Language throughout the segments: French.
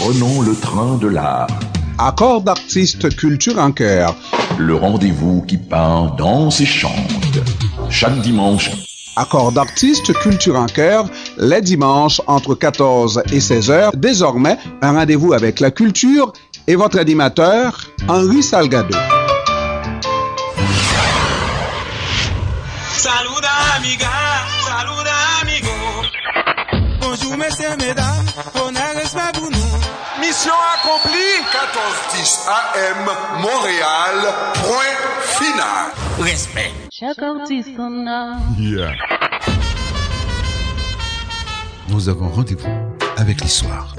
Prenons le train de l'art. Accord d'artistes culture en chœur. Le rendez-vous qui peint, danse et chante. Chaque dimanche. Accord d'artistes culture en chœur, les dimanches entre 14 et 16 heures. Désormais, un rendez-vous avec la culture et votre animateur, Henri Salgado. Saluda amiga, saluda amigo. Bonjour messieurs, mesdames, on a respect pour nous. Mission accomplie. 14-10 AM, Montréal, point final. Respect. Chaque artiste qu'on a. Yeah. Nous avons rendez-vous avec l'histoire.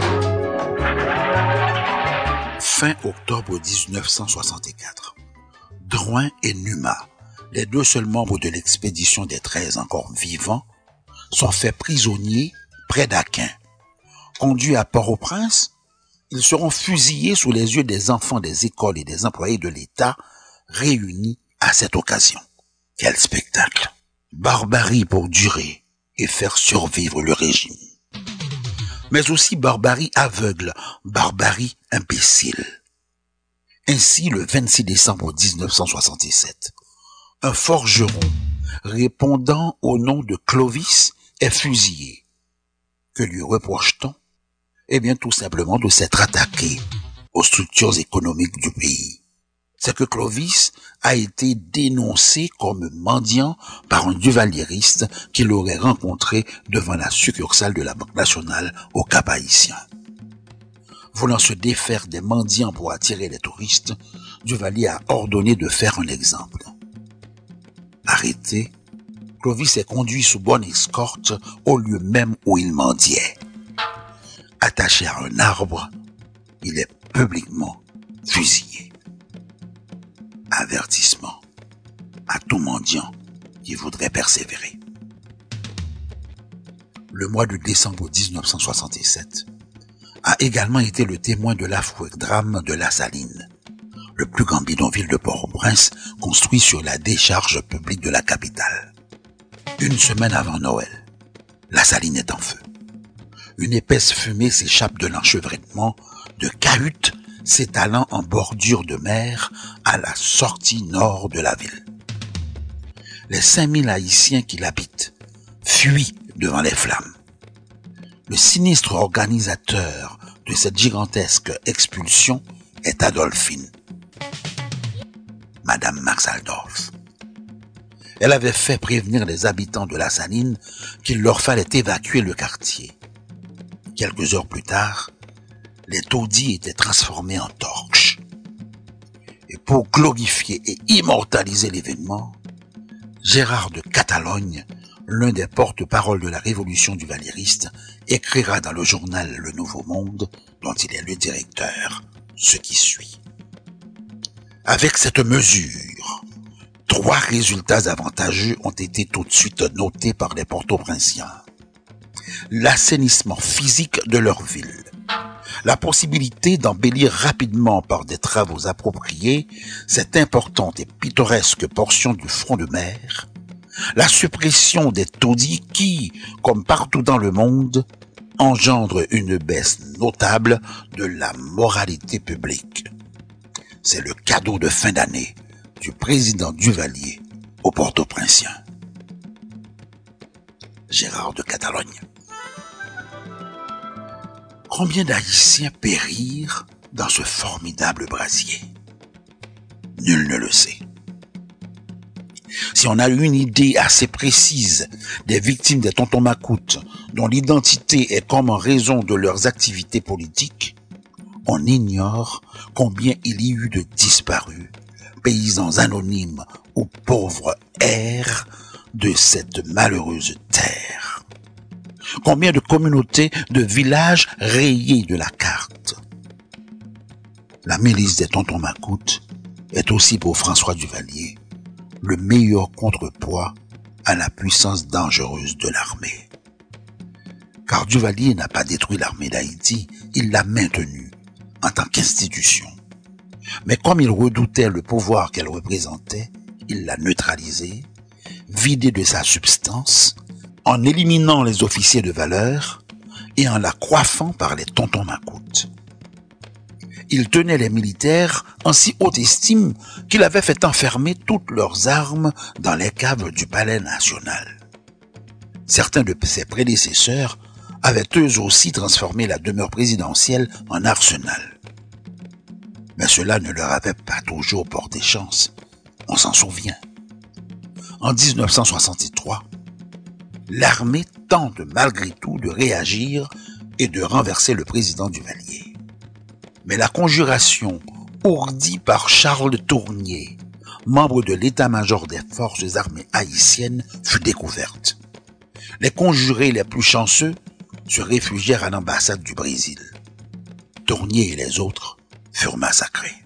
Fin octobre 1964. Drouin et Numa, les deux seuls membres de l'expédition des 13 encore vivants, sont faits prisonniers près d'Aquin. Conduits à Port-au-Prince, ils seront fusillés sous les yeux des enfants des écoles et des employés de l'État réunis à cette occasion. Quel spectacle! Barbarie pour durer et faire survivre le régime. Mais aussi barbarie aveugle, barbarie imbécile. Ainsi, le 26 décembre 1967, un forgeron répondant au nom de Clovis est fusillé. Que lui reproche-t-on? Eh bien, tout simplement de s'être attaqué aux structures économiques du pays. C'est que Clovis a été dénoncé comme mendiant par un duvalieriste qu'il aurait rencontré devant la succursale de la Banque nationale au Cap-Haïtien. Voulant se défaire des mendiants pour attirer les touristes, Duvalier a ordonné de faire un exemple. Arrêté, Clovis est conduit sous bonne escorte au lieu même où il mendiait. Attaché à un arbre, il est publiquement fusillé. Avertissement à tout mendiant qui voudrait persévérer. Le mois de décembre 1967 a également été le témoin de l'affreux drame de La Saline, le plus grand bidonville de Port-au-Prince construit sur la décharge publique de la capitale. Une semaine avant Noël, La Saline est en feu. Une épaisse fumée s'échappe de l'enchevêtrement de cahutes s'étalant en bordure de mer à la sortie nord de la ville. Les 5000 Haïtiens qui l'habitent fuient devant les flammes. Le sinistre organisateur de cette gigantesque expulsion est Adolphine, Madame Maxaldorf. Elle avait fait prévenir les habitants de La Saline qu'il leur fallait évacuer le quartier. Quelques heures plus tard, les taudis étaient transformés en torches. Et pour glorifier et immortaliser l'événement, Gérard de Catalogne, l'un des porte-parole de la révolution duvalieriste, écrira dans le journal Le Nouveau Monde, dont il est le directeur, ce qui suit. Avec cette mesure, 3 résultats avantageux ont été tout de suite notés par les Port-au-Prinsiens. L'assainissement physique de leur ville, la possibilité d'embellir rapidement par des travaux appropriés cette importante et pittoresque portion du front de mer, la suppression des taudis qui, comme partout dans le monde, engendre une baisse notable de la moralité publique. C'est le cadeau de fin d'année du président Duvalier aux Port-au-Prinsiens. Gérard de Catalogne. Combien d'Haïtiens périrent dans ce formidable brasier? Nul ne le sait. Si on a une idée assez précise des victimes des tontons macoutes, dont l'identité est comme en raison de leurs activités politiques, on ignore combien il y eut de disparus, paysans anonymes ou pauvres airs de cette malheureuse terre. Combien de communautés, de villages rayés de la carte. La milice des tontons macoutes est aussi pour François Duvalier le meilleur contrepoids à la puissance dangereuse de l'armée. Car Duvalier n'a pas détruit l'armée d'Haïti, il l'a maintenue en tant qu'institution. Mais comme il redoutait le pouvoir qu'elle représentait, il l'a neutralisée, vidée de sa substance, en éliminant les officiers de valeur et en la coiffant par les tontons macoutes. Il tenait les militaires en si haute estime qu'il avait fait enfermer toutes leurs armes dans les caves du palais national. Certains de ses prédécesseurs avaient eux aussi transformé la demeure présidentielle en arsenal. Mais cela ne leur avait pas toujours porté chance, on s'en souvient. En 1963, l'armée tente malgré tout de réagir et de renverser le président Duvalier. Mais la conjuration ourdie par Charles Tournier, membre de l'état-major des forces armées haïtiennes, fut découverte. Les conjurés les plus chanceux se réfugièrent à l'ambassade du Brésil. Tournier et les autres furent massacrés.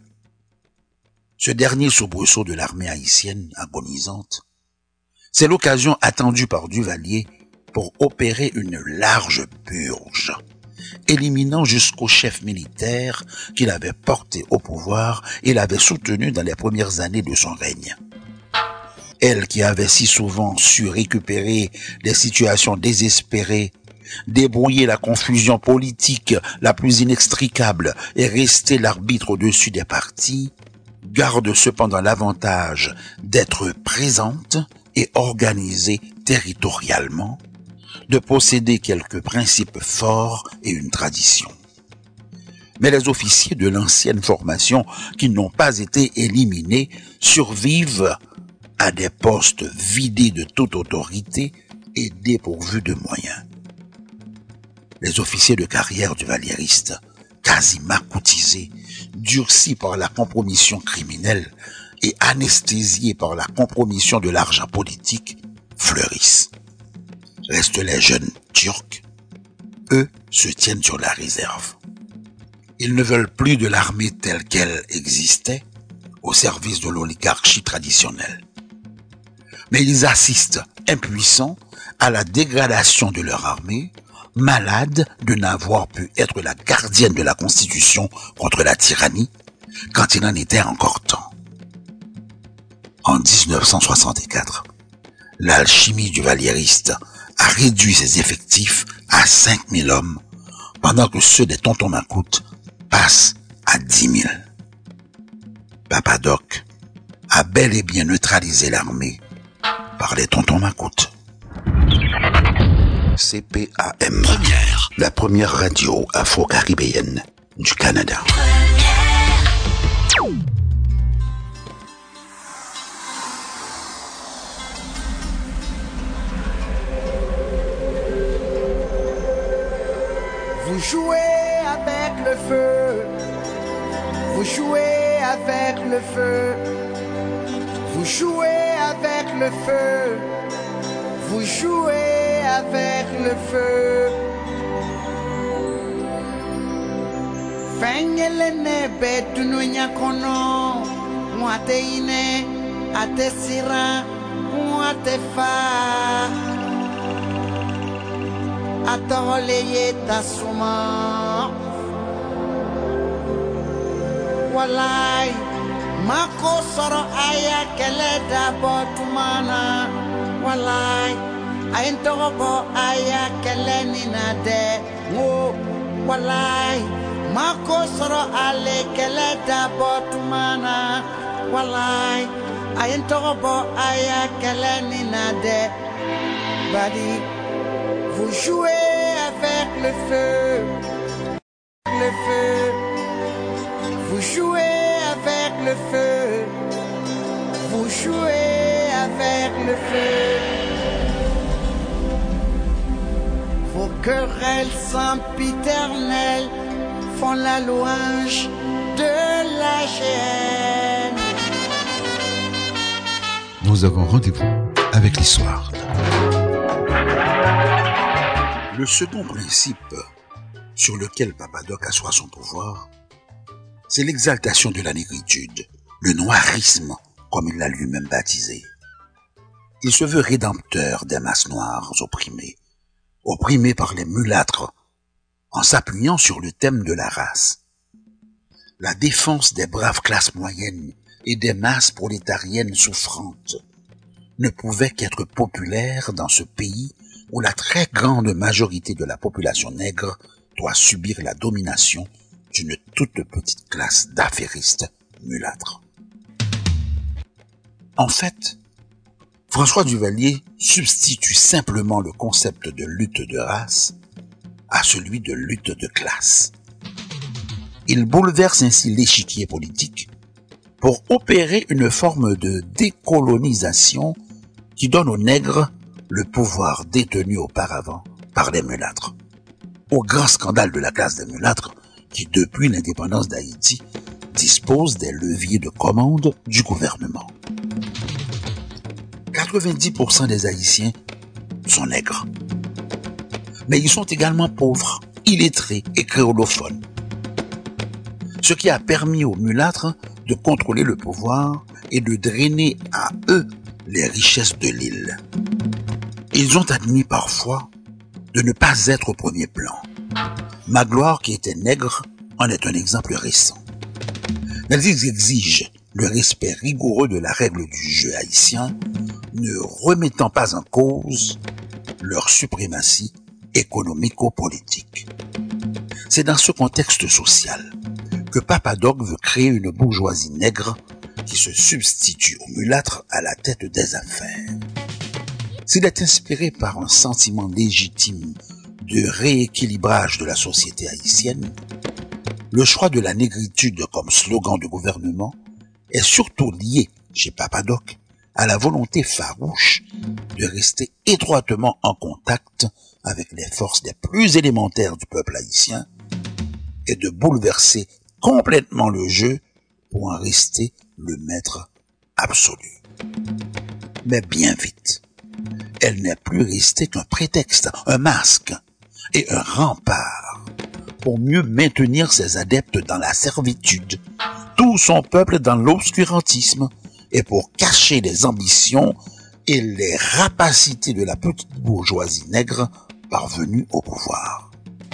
Ce dernier soubresaut de l'armée haïtienne agonisante, c'est l'occasion attendue par Duvalier pour opérer une large purge, éliminant jusqu'au chef militaire qu'il avait porté au pouvoir et l'avait soutenu dans les premières années de son règne. Elle qui avait si souvent su récupérer des situations désespérées, débrouiller la confusion politique la plus inextricable et rester l'arbitre au-dessus des partis, garde cependant l'avantage d'être présente et organisée territorialement, de posséder quelques principes forts et une tradition. Mais les officiers de l'ancienne formation qui n'ont pas été éliminés survivent à des postes vidés de toute autorité et dépourvus de moyens. Les officiers de carrière du valliériste, quasi macoutisés, durcis par la compromission criminelle et anesthésiés par la compromission de l'argent politique, fleurissent. Restent les jeunes Turcs, eux se tiennent sur la réserve. Ils ne veulent plus de l'armée telle qu'elle existait, au service de l'oligarchie traditionnelle. Mais ils assistent, impuissants, à la dégradation de leur armée, malades de n'avoir pu être la gardienne de la Constitution contre la tyrannie, quand il en était encore temps. En 1964, l'alchimie du valliériste a réduit ses effectifs à 5000 hommes, pendant que ceux des tontons macoutes passent à 10 000. Papa-Doc a bel et bien neutralisé l'armée par les tontons macoutes. CPAM, la première radio afro-caribéenne du Canada. Vous jouez avec le feu, vous jouez avec le feu, vous jouez avec le feu, vous jouez avec le feu. Fengele betunu nyakono, mwate ine, ate sira, mwate fa. Atoleye tasuma walai mako soro aya kele dabo tumana walai ayentogo aya kele ninade wo walai mako soro ale kele dabo tumana walai ayentogo aya kele ninade badi. Vous jouez avec le feu, le feu. Vous jouez avec le feu, vous jouez avec le feu. Vos querelles sempiternelles font la louange de la gêne. Nous avons rendez-vous avec l'histoire. Le second principe sur lequel Papa-Doc assoit son pouvoir, c'est l'exaltation de la négritude, le noirisme, comme il l'a lui-même baptisé. Il se veut rédempteur des masses noires opprimées par les mulâtres, en s'appuyant sur le thème de la race. La défense des braves classes moyennes et des masses prolétariennes souffrantes ne pouvait qu'être populaire dans ce pays où la très grande majorité de la population nègre doit subir la domination d'une toute petite classe d'affairistes mulâtres. En fait, François Duvalier substitue simplement le concept de lutte de race à celui de lutte de classe. Il bouleverse ainsi l'échiquier politique pour opérer une forme de décolonisation qui donne aux nègres le pouvoir détenu auparavant par les mulâtres. Au grand scandale de la classe des mulâtres qui, depuis l'indépendance d'Haïti, dispose des leviers de commande du gouvernement. 90% des Haïtiens sont nègres. Mais ils sont également pauvres, illettrés et créolophones. Ce qui a permis aux mulâtres de contrôler le pouvoir et de drainer à eux les richesses de l'île. Ils ont admis parfois de ne pas être au premier plan. Magloire, qui était nègre, en est un exemple récent. Mais ils exigent le respect rigoureux de la règle du jeu haïtien, ne remettant pas en cause leur suprématie économico-politique. C'est dans ce contexte social que Papa Doc veut créer une bourgeoisie nègre qui se substitue aux mulâtres à la tête des affaires. S'il est inspiré par un sentiment légitime de rééquilibrage de la société haïtienne, le choix de la négritude comme slogan de gouvernement est surtout lié, chez Papa Doc, à la volonté farouche de rester étroitement en contact avec les forces les plus élémentaires du peuple haïtien et de bouleverser complètement le jeu pour en rester le maître absolu. Mais bien vite, elle n'est plus restée qu'un prétexte, un masque et un rempart pour mieux maintenir ses adeptes dans la servitude, tout son peuple dans l'obscurantisme et pour cacher les ambitions et les rapacités de la petite bourgeoisie nègre parvenue au pouvoir.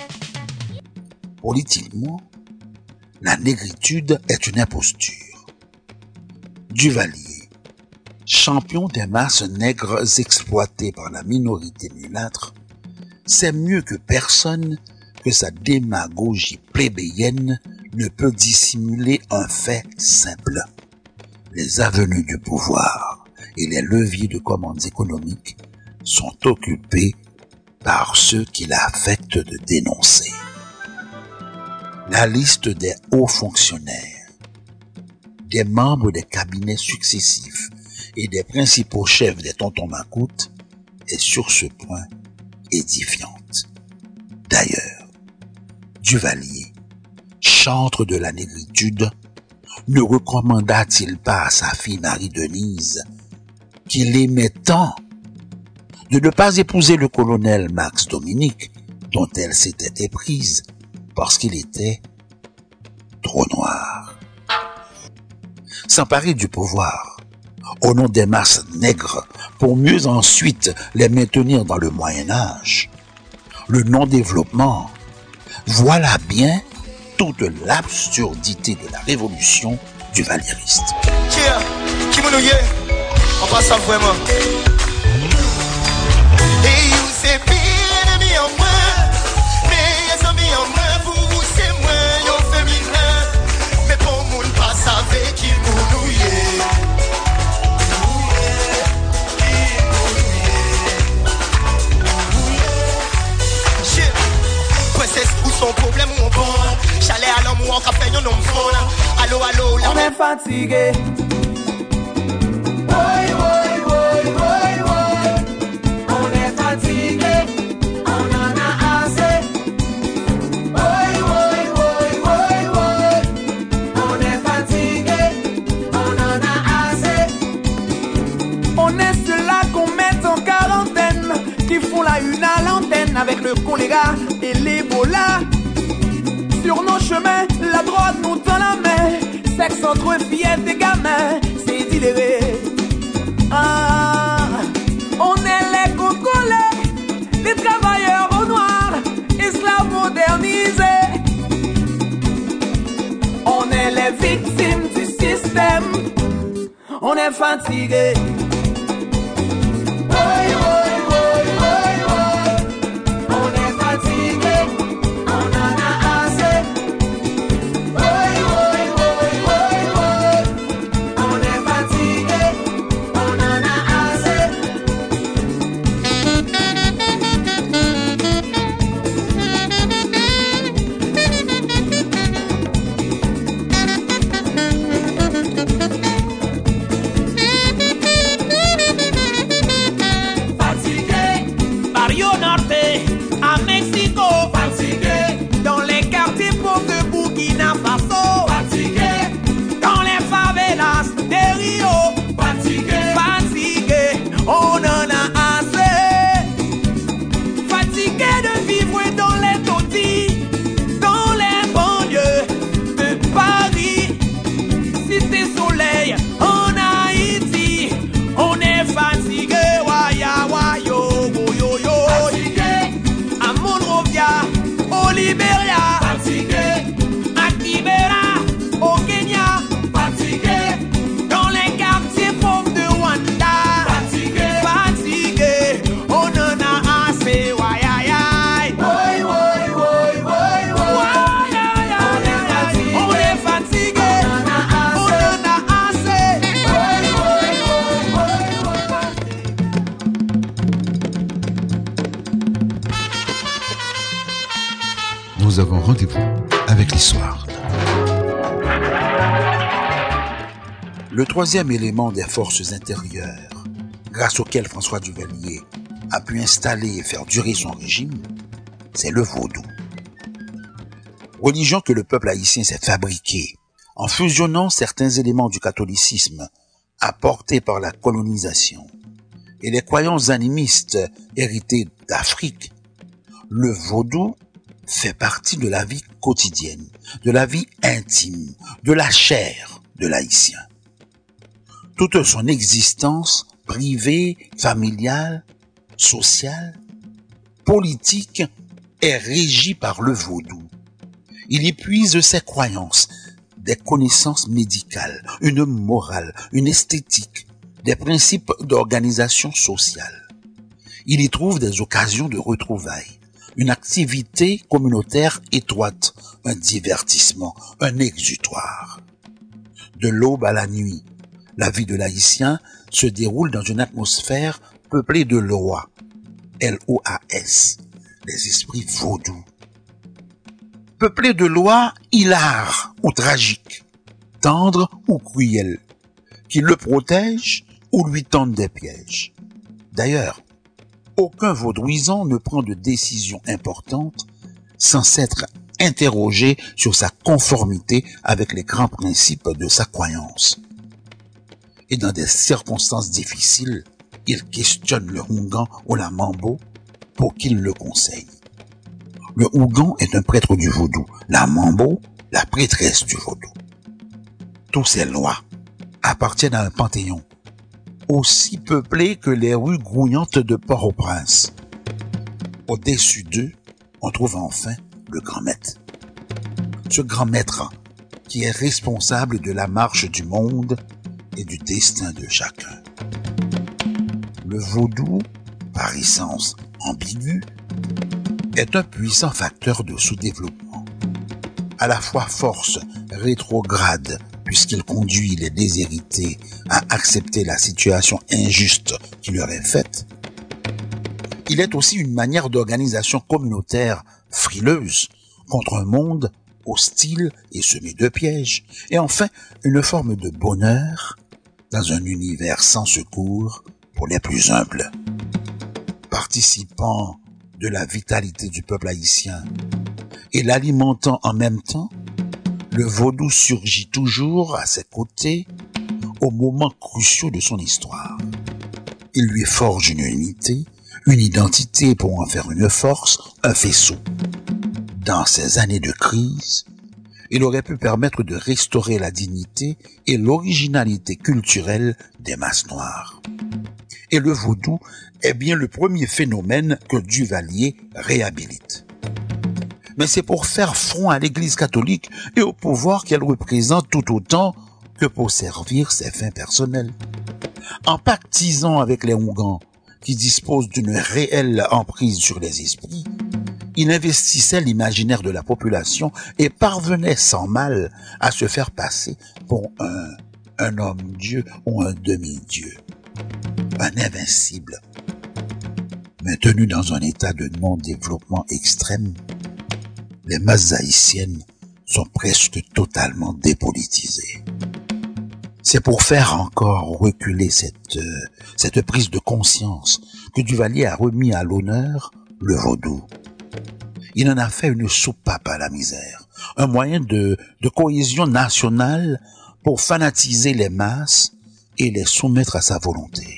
Politiquement, la négritude est une imposture. Duvalier, champion des masses nègres exploitées par la minorité mulâtre, sait mieux que personne que sa démagogie plébéienne ne peut dissimuler un fait simple. Les avenues du pouvoir et les leviers de commandes économiques sont occupés par ceux qu'il affecte de dénoncer. La liste des hauts fonctionnaires, des membres des cabinets successifs et des principaux chefs des tontons macoutes est sur ce point édifiante. D'ailleurs, Duvalier, chantre de la négritude, ne recommanda-t-il pas à sa fille Marie-Denise, qu'il aimait tant, de ne pas épouser le colonel Max Dominique, dont elle s'était éprise, parce qu'il était trop noir. S'emparer du pouvoir, au nom des masses nègres, pour mieux ensuite les maintenir dans le Moyen-Âge, le non-développement, voilà bien toute l'absurdité de la révolution duvalieriste. Qui on passe ça vraiment. Et vous c'est bien amis en moi, mais les amis en moi, vous c'est moi, yo féminin, mais pour moun pas savait qui vous princesse, où son problème ou on bon, chalet à l'homme ou en café, y'en on fond. Allô, allô, là. On est fatigué. Avec le choléra et l'Ebola. Sur nos chemins, la drogue nous tend la main. Sexe entre fillettes et gamins, c'est diléré. Ah, on est les Congolais, les travailleurs au noir, esclaves modernisés. On est les victimes du système, on est fatigués. nous avons rendez-vous avec l'histoire. Le troisième élément des forces intérieures, grâce auquel François Duvalier a pu installer et faire durer son régime, c'est le vaudou. Religion que le peuple haïtien s'est fabriquée en fusionnant certains éléments du catholicisme apportés par la colonisation et les croyances animistes héritées d'Afrique. Le vaudou fait partie de la vie quotidienne, de la vie intime, de la chair de l'haïtien. Toute son existence privée, familiale, sociale, politique est régie par le vaudou. Il y puise ses croyances, des connaissances médicales, une morale, une esthétique, des principes d'organisation sociale. Il y trouve des occasions de retrouvailles, une activité communautaire étroite, un divertissement, un exutoire. De l'aube à la nuit, la vie de l'haïtien se déroule dans une atmosphère peuplée de lois, L-O-A-S, les esprits vaudous. Peuplée de lois hilares ou tragiques, tendres ou cruelles, qui le protègent ou lui tendent des pièges. D'ailleurs, aucun vaudouisant ne prend de décision importante sans s'être interrogé sur sa conformité avec les grands principes de sa croyance. Et dans des circonstances difficiles, il questionne le Houngan ou la Mambo pour qu'il le conseille. Le Houngan est un prêtre du vaudou, la Mambo, la prêtresse du vaudou. Tous ces lois appartiennent à un panthéon, aussi peuplé que les rues grouillantes de Port-au-Prince. Au-dessus d'eux, on trouve enfin le grand maître. Ce grand maître qui est responsable de la marche du monde et du destin de chacun. Le vaudou, par essence ambigu, est un puissant facteur de sous-développement. À la fois force rétrograde, puisqu'il conduit les déshérités à accepter la situation injuste qui leur est faite. Il est aussi une manière d'organisation communautaire frileuse contre un monde hostile et semé de pièges. Et enfin, une forme de bonheur dans un univers sans secours pour les plus humbles. Participant de la vitalité du peuple haïtien et l'alimentant en même temps, le vaudou surgit toujours à ses côtés aux moments cruciaux de son histoire. Il lui forge une unité, une identité pour en faire une force, un faisceau. Dans ces années de crise, il aurait pu permettre de restaurer la dignité et l'originalité culturelle des masses noires. Et le vaudou est bien le premier phénomène que Duvalier réhabilite. Mais c'est pour faire front à l'Église catholique et au pouvoir qu'elle représente tout autant que pour servir ses fins personnelles. En pactisant avec les Houngans, qui disposent d'une réelle emprise sur les esprits, il investissait l'imaginaire de la population et parvenait sans mal à se faire passer pour un homme-dieu ou un demi-dieu, un invincible. Maintenu dans un état de non-développement extrême, les masses haïtiennes sont presque totalement dépolitisées. C'est pour faire encore reculer cette prise de conscience que Duvalier a remis à l'honneur le vaudou. Il en a fait une soupape à la misère, un moyen de cohésion nationale pour fanatiser les masses et les soumettre à sa volonté.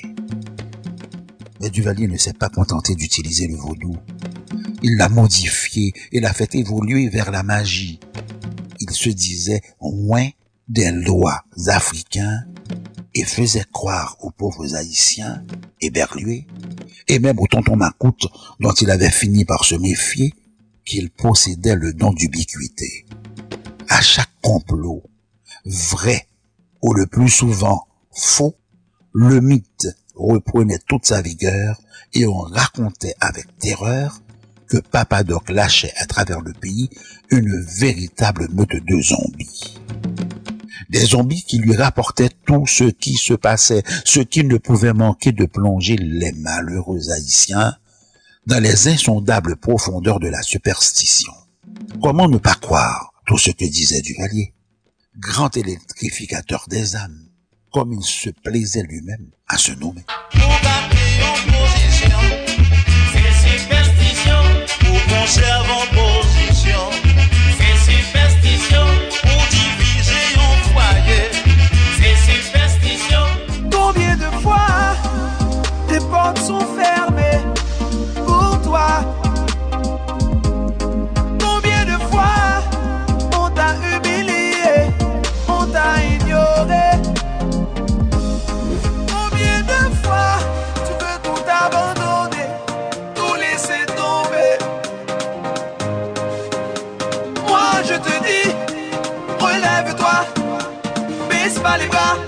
Mais Duvalier ne s'est pas contenté d'utiliser le vaudou. Il l'a modifié et l'a fait évoluer vers la magie. Il se disait loin des lois africains et faisait croire aux pauvres haïtiens éberlués et même au tonton Macoute dont il avait fini par se méfier qu'il possédait le don d'ubiquité. À chaque complot, vrai ou le plus souvent faux, le mythe reprenait toute sa vigueur et on racontait avec terreur que Papadoc lâchait à travers le pays une véritable meute de zombies. Des zombies qui lui rapportaient tout ce qui se passait, ce qui ne pouvait manquer de plonger les malheureux haïtiens dans les insondables profondeurs de la superstition. Comment ne pas croire tout ce que disait Duvalier, grand électrificateur des âmes, comme il se plaisait lui-même à se nommer. Pour garder en position, c'est superstition. Pour conserver en position, c'est superstition. Pour diviser en foyer, c'est superstition. Combien de fois tes portes sont fermées pour toi? Combien de fois on t'a humilié, on t'a ignoré? Combien de fois tu veux tout abandonner, tout laisser tomber? Moi je te dis, relève-toi, baisse pas les bras.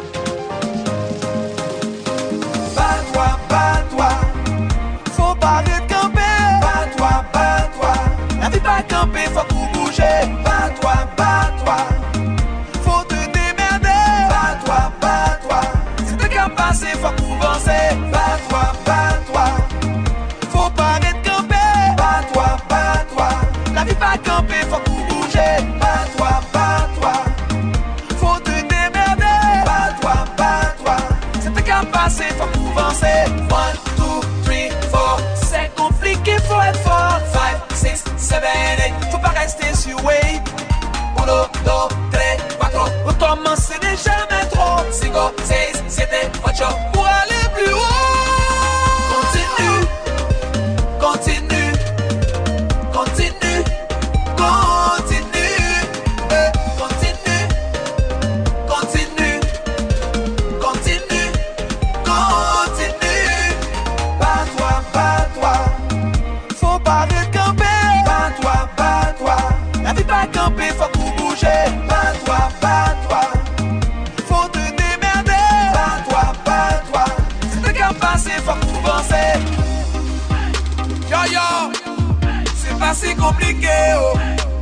Bats-toi, faut pas arrêter de camper. Bats-toi, la vie pas camper, faut tout bouger. Bats-toi, faut te démerder. Bats-toi, si t'es qu'à passer, faut tout avancer. Bats-toi, faut pas arrêter de camper. Bats-toi, la vie pas camper, faut tout bouger. Bats-toi, faut te démerder. Bats-toi, si t'es qu'à passer, faut tout avancer. 1, 2, 3, 4, c'est compliqué, faut être fort. 5, 6, 7, 8, faut pas rester sur wait. 1, 2, 3, 4, recommencer déjà jamais trop. 5, 6, 7, 8, pour aller plus haut. Continue, continue, continue, continue, continue, continue, continue, continue. Bats-toi, faut pas arrêter de camper. Bats-toi, la vie pas camper, faut tout bouger. Bats-toi, faut te démerder. Bats-toi, si t'es qu'à passer, faut tout avancer. Yo, c'est pas si compliqué, oh.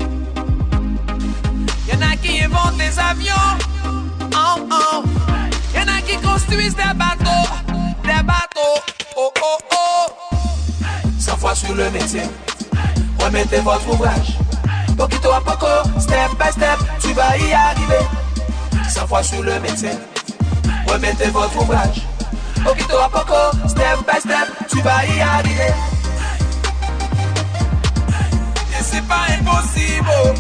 Y'en a qui inventent des avions, Y'en a qui construisent des bateaux, oh. 100 fois sur le métier, remettez votre ouvrage. Poquito à poco, step by step, tu vas y arriver. 100 fois sur le métier, remettez votre ouvrage. Poquito à poco, step by step, tu vas y arriver. Et c'est pas impossible.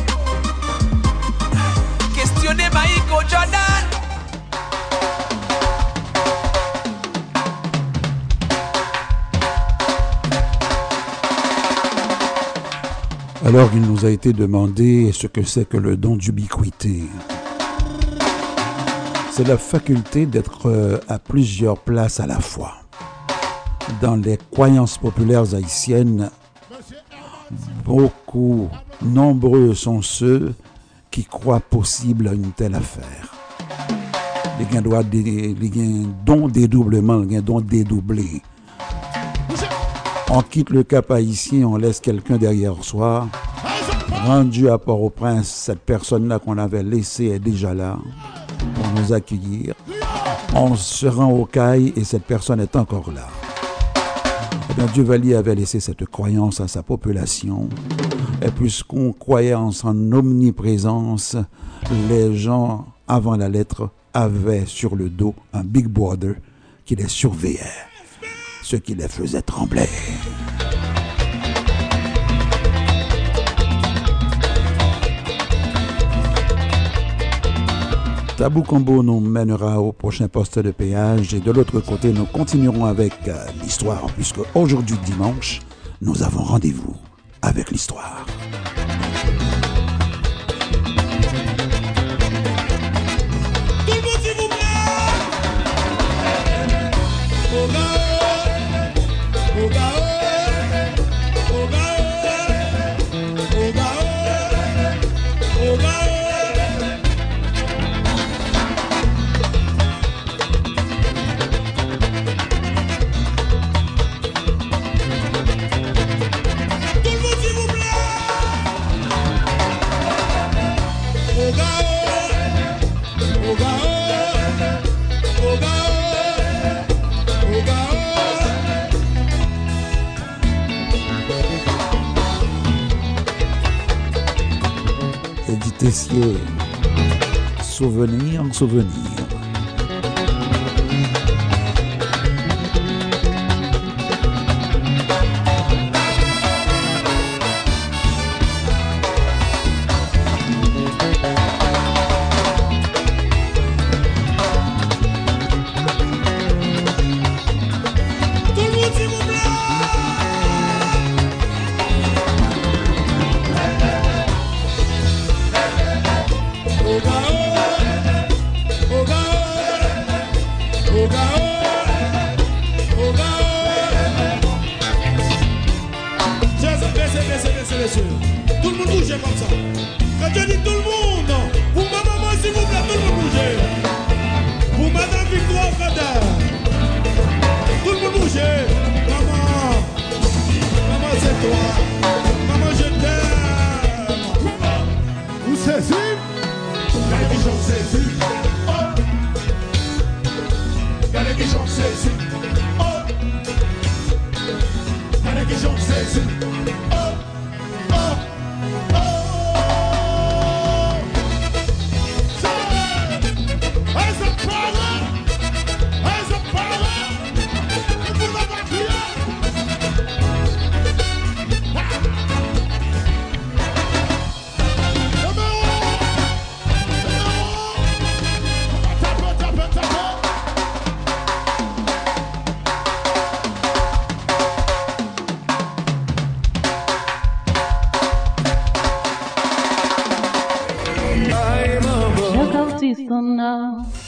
Questionnez Michael Jordan. Alors il nous a été demandé ce que c'est que le don d'ubiquité. C'est la faculté d'être à plusieurs places à la fois. Dans les croyances populaires haïtiennes, nombreux sont ceux qui croient possible à une telle affaire. Les gens doivent don dédoublement, les gens don dédoublé. On quitte le Cap haïtien, on laisse quelqu'un derrière soi. Rendu à Port-au-Prince, cette personne-là qu'on avait laissée est déjà là pour nous accueillir. On se rend au Caille et cette personne est encore là. Et bien, Duvalier avait laissé cette croyance à sa population. Et puisqu'on croyait en son omniprésence, les gens, avant la lettre, avaient sur le dos un Big Brother qui les surveillait, ce qui les faisait trembler. Tabou Combo nous mènera au prochain poste de péage et de l'autre côté, nous continuerons avec l'histoire, puisque aujourd'hui dimanche, nous avons rendez-vous avec l'histoire. Edith Tessier, souvenir en souvenir. Tout le monde bouge comme ça. Quand je dis tout le monde, pour ma maman s'il vous plaît, tout le monde bouge. Pour madame Victoire Kader, tout le monde bouge. Maman, maman c'est toi. Maman je t'aime. Vous saisissez? Regardez qui j'en saisis. Oh. Regardez qui j'en saisis. Oh. Regardez qui j'en saisis. Artist now.